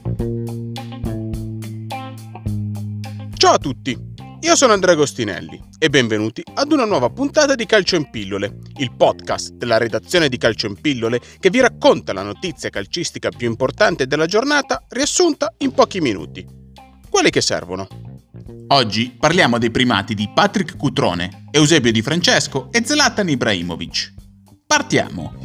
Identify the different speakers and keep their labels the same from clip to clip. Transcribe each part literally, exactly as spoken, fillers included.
Speaker 1: Ciao a tutti, io sono Andrea Agostinelli e benvenuti ad una nuova puntata di Calcio in Pillole, il podcast della redazione di Calcio in Pillole che vi racconta la notizia calcistica più importante della giornata riassunta in pochi minuti. Quelli che servono.
Speaker 2: Oggi parliamo dei primati di Patrick Cutrone, Eusebio Di Francesco e Zlatan Ibrahimovic. Partiamo!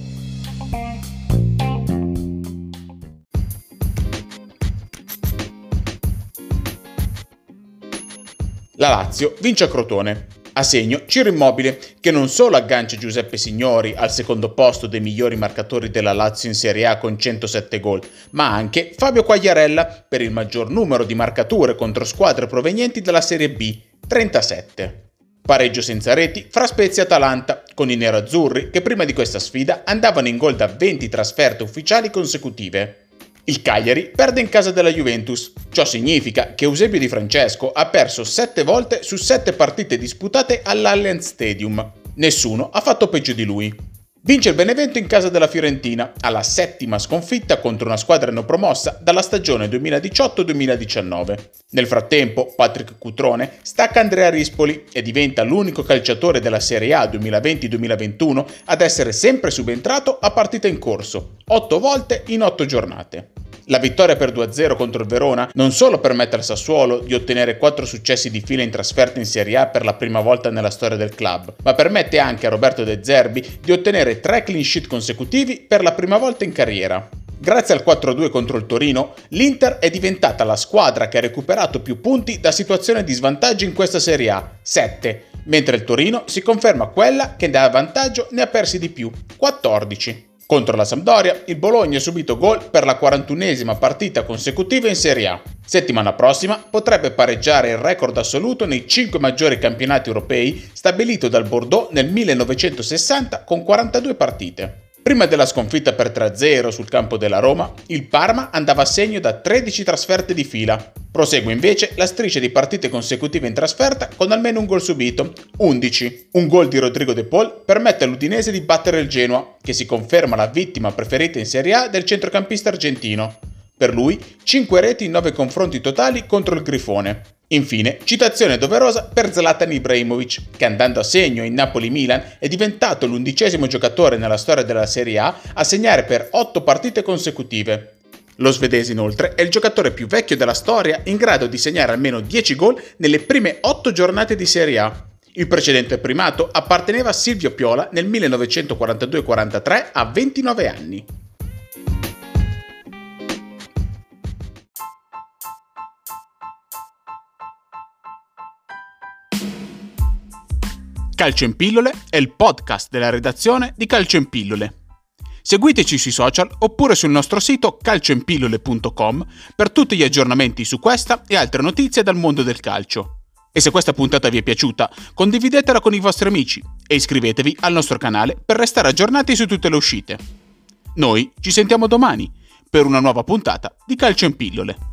Speaker 3: La Lazio vince a Crotone. A segno Ciro Immobile, che non solo aggancia Giuseppe Signori al secondo posto dei migliori marcatori della Lazio in Serie A con centosette gol, ma anche Fabio Quagliarella per il maggior numero di marcature contro squadre provenienti dalla Serie B, trentasette. Pareggio senza reti fra Spezia e Atalanta, con i nerazzurri che prima di questa sfida andavano in gol da venti trasferte ufficiali consecutive. Il Cagliari perde in casa della Juventus. Ciò significa che Eusebio Di Francesco ha perso sette volte su sette partite disputate all'Allianz Stadium. Nessuno ha fatto peggio di lui. Vince il Benevento in casa della Fiorentina, alla settima sconfitta contro una squadra neopromossa dalla stagione duemiladiciotto duemiladiciannove. Nel frattempo, Patrick Cutrone stacca Andrea Rispoli e diventa l'unico calciatore della Serie A duemilaventi duemilaventuno ad essere sempre subentrato a partita in corso, otto volte in otto giornate. La vittoria per due a zero contro il Verona non solo permette al Sassuolo di ottenere quattro successi di fila in trasferta in Serie A per la prima volta nella storia del club, ma permette anche a Roberto De Zerbi di ottenere tre clean sheet consecutivi per la prima volta in carriera. Grazie al quattro a due contro il Torino, l'Inter è diventata la squadra che ha recuperato più punti da situazione di svantaggio in questa Serie A, sette, mentre il Torino si conferma quella che da vantaggio ne ha persi di più, quattordici. Contro la Sampdoria, il Bologna ha subito gol per la quarantunesima partita consecutiva in Serie A. Settimana prossima potrebbe pareggiare il record assoluto nei cinque maggiori campionati europei stabilito dal Bordeaux nel millenovecentosessanta con quarantadue partite. Prima della sconfitta per tre a zero sul campo della Roma, il Parma andava a segno da tredici trasferte di fila. Prosegue invece la striscia di partite consecutive in trasferta con almeno un gol subito, undici. Un gol di Rodrigo De Paul permette all'Udinese di battere il Genoa, che si conferma la vittima preferita in Serie A del centrocampista argentino. Per lui, cinque reti in nove confronti totali contro il Grifone. Infine, citazione doverosa per Zlatan Ibrahimovic, che andando a segno in Napoli-Milan è diventato l'undicesimo giocatore nella storia della Serie A a segnare per otto partite consecutive. Lo svedese inoltre è il giocatore più vecchio della storia in grado di segnare almeno dieci gol nelle prime otto giornate di Serie A. Il precedente primato apparteneva a Silvio Piola nel millenovecentoquarantadue quarantatré a ventinove anni.
Speaker 2: Calcio in Pillole è il podcast della redazione di Calcio in Pillole. Seguiteci sui social oppure sul nostro sito calcio in pillole punto com per tutti gli aggiornamenti su questa e altre notizie dal mondo del calcio. E se questa puntata vi è piaciuta, condividetela con i vostri amici e iscrivetevi al nostro canale per restare aggiornati su tutte le uscite. Noi ci sentiamo domani per una nuova puntata di Calcio in Pillole.